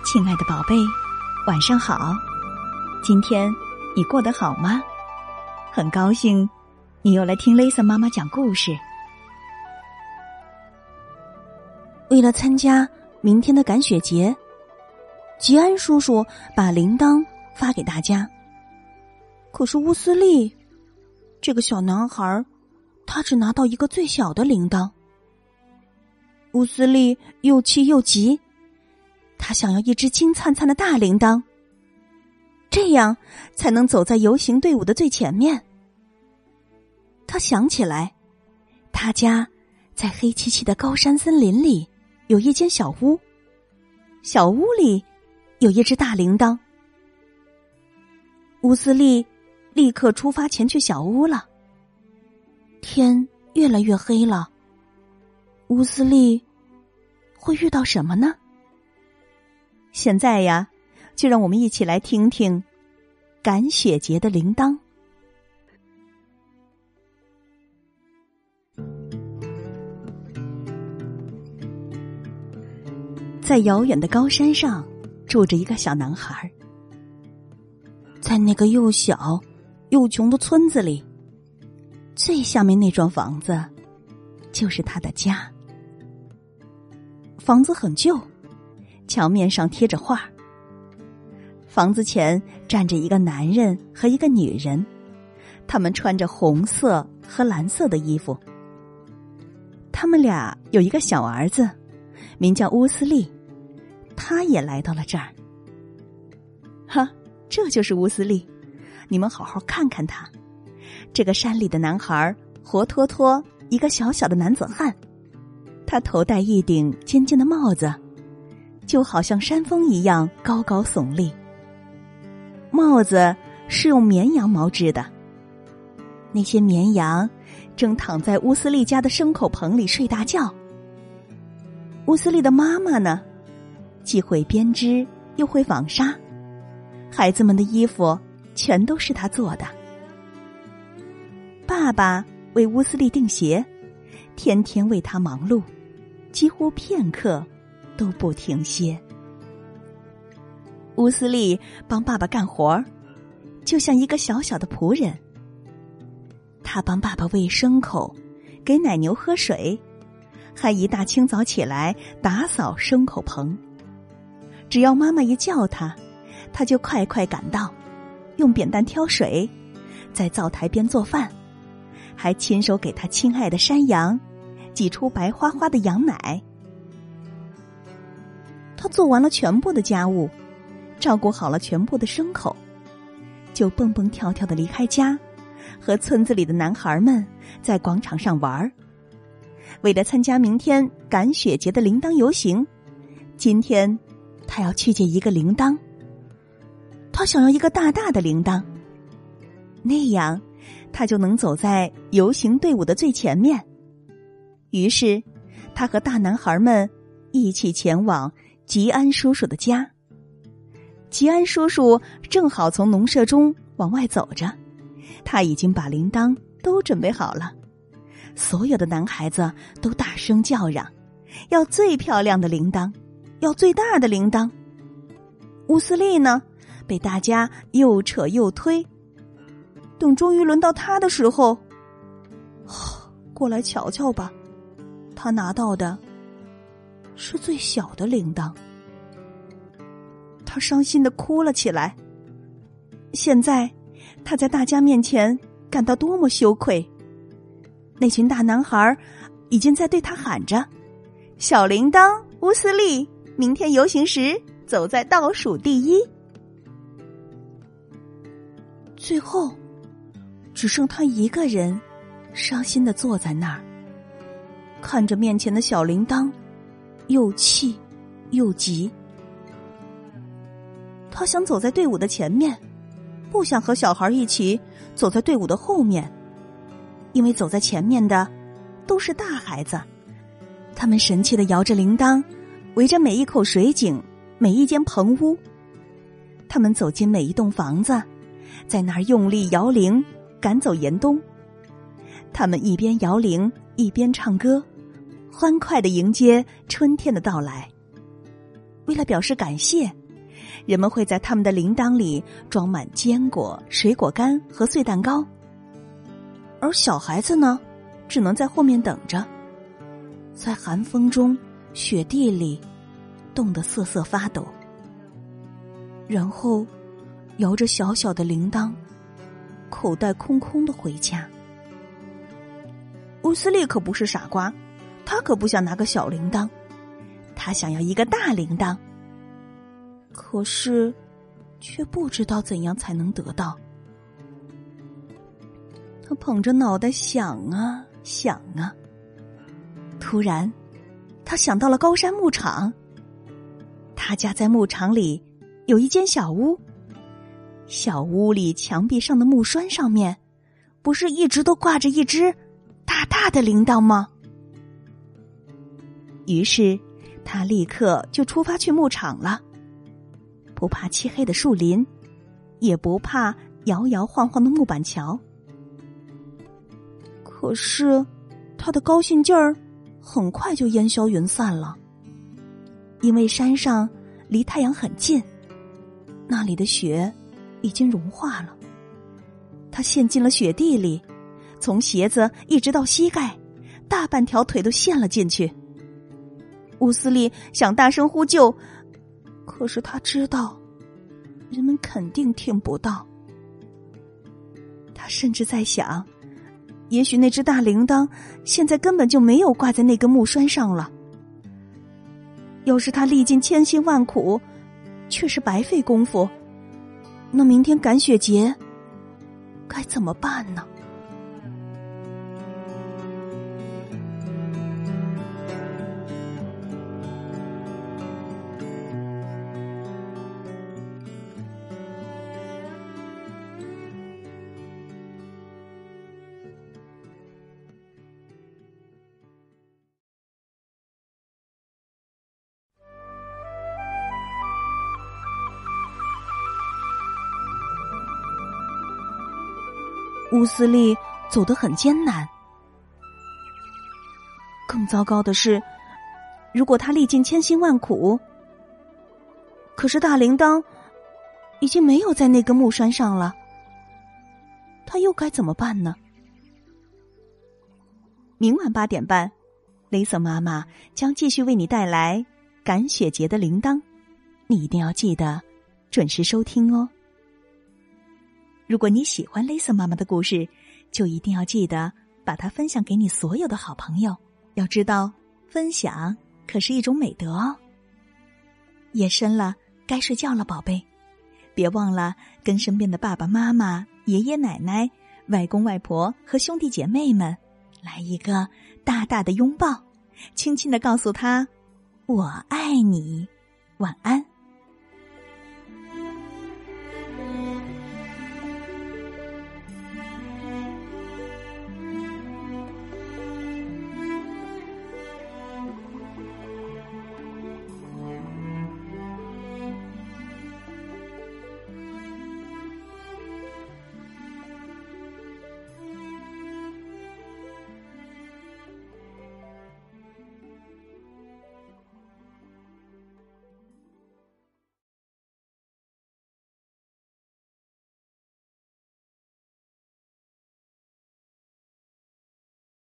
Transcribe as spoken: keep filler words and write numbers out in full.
亲爱的宝贝，晚上好。今天你过得好吗？很高兴你又来听 Lisa 妈妈讲故事。 为了参加明天的赶雪节，吉安叔叔把铃铛发给大家。可是乌斯利这个小男孩，他只拿到一个最小的铃铛。乌斯利又气又急，他想要一只金灿灿的大铃铛，这样才能走在游行队伍的最前面。他想起来，他家在黑漆漆的高山森林里有一间小屋，小屋里有一只大铃铛。乌斯利立刻出发前去小屋了。天越来越黑了，乌斯利会遇到什么呢？现在呀，就让我们一起来听听赶雪节的铃铛。在遥远的高山上住着一个小男孩，在那个又小又穷的村子里，最下面那幢房子就是他的家。房子很旧，墙面上贴着画。房子前站着一个男人和一个女人，他们穿着红色和蓝色的衣服。他们俩有一个小儿子，名叫乌斯利，他也来到了这儿。哈，这就是乌斯利，你们好好看看他，这个山里的男孩，活脱脱一个小小的男子汉。他头戴一顶尖尖的帽子，就好像山峰一样高高耸立。帽子是用绵羊毛织的，那些绵羊正躺在乌斯利家的牲口棚里睡大觉。乌斯利的妈妈呢，既会编织又会纺纱，孩子们的衣服全都是她做的。爸爸为乌斯利订鞋，天天为他忙碌，几乎片刻都不停歇。乌斯利帮爸爸干活，就像一个小小的仆人。他帮爸爸喂牲口，给奶牛喝水，还一大清早起来打扫牲口棚。只要妈妈一叫他，他就快快赶到，用扁担挑水，在灶台边做饭，还亲手给他亲爱的山羊挤出白花花的羊奶。他做完了全部的家务，照顾好了全部的牲口，就蹦蹦跳跳的离开家，和村子里的男孩们在广场上玩。为了参加明天赶雪节的铃铛游行，今天他要去借一个铃铛。他想要一个大大的铃铛，那样他就能走在游行队伍的最前面。于是他和大男孩们一起前往吉安叔叔的家。吉安叔叔正好从农舍中往外走着，他已经把铃铛都准备好了。所有的男孩子都大声叫嚷，要最漂亮的铃铛，要最大的铃铛。乌斯利呢，被大家又扯又推。等终于轮到他的时候，过来瞧瞧吧，他拿到的是最小的铃铛。他伤心地哭了起来。现在他在大家面前感到多么羞愧。那群大男孩已经在对他喊着，小铃铛乌斯利，明天游行时走在倒数第一。最后只剩他一个人伤心地坐在那儿，看着面前的小铃铛，又气又急。他想走在队伍的前面，不想和小孩一起走在队伍的后面，因为走在前面的都是大孩子，他们神气地摇着铃铛，围着每一口水井，每一间棚屋。他们走进每一栋房子，在那儿用力摇铃，赶走严冬。他们一边摇铃一边唱歌，欢快地迎接春天的到来。为了表示感谢， 人们会在他们的铃铛里装满坚果、水果干和碎蛋糕，而小孩子呢，只能在后面等着，在寒风中、雪地里冻得瑟瑟发抖，然后摇着小小的铃铛，口袋空空的回家。乌斯利可不是傻瓜，他可不想拿个小铃铛，他想要一个大铃铛，可是却不知道怎样才能得到。他捧着脑袋想啊想啊，突然他想到了高山牧场。他家在牧场里有一间小屋，小屋里墙壁上的木栓上面不是一直都挂着一只大大的铃铛吗？于是他立刻就出发去牧场了，不怕漆黑的树林，也不怕摇摇晃晃的木板桥。可是他的高兴劲儿很快就烟消云散了，因为山上离太阳很近，那里的雪已经融化了。他陷进了雪地里，从鞋子一直到膝盖，大半条腿都陷了进去。乌斯利想大声呼救，可是他知道人们肯定听不到。他甚至在想，也许那只大铃铛现在根本就没有挂在那根木栓上了。要是他历尽千辛万苦却是白费功夫，那明天赶雪节该怎么办呢？乌斯利走得很艰难。更糟糕的是，如果他历尽千辛万苦，可是大铃铛已经没有在那根木栓上了，他又该怎么办呢？明晚八点半，雷瑟妈妈将继续为你带来赶雪节的铃铛，你一定要记得准时收听哦。如果你喜欢雷瑟妈妈的故事，就一定要记得把它分享给你所有的好朋友。要知道，分享可是一种美德哦。夜深了，该睡觉了，宝贝。别忘了跟身边的爸爸妈妈、爷爷奶奶、外公外婆和兄弟姐妹们来一个大大的拥抱，轻轻地告诉他：“我爱你。”晚安。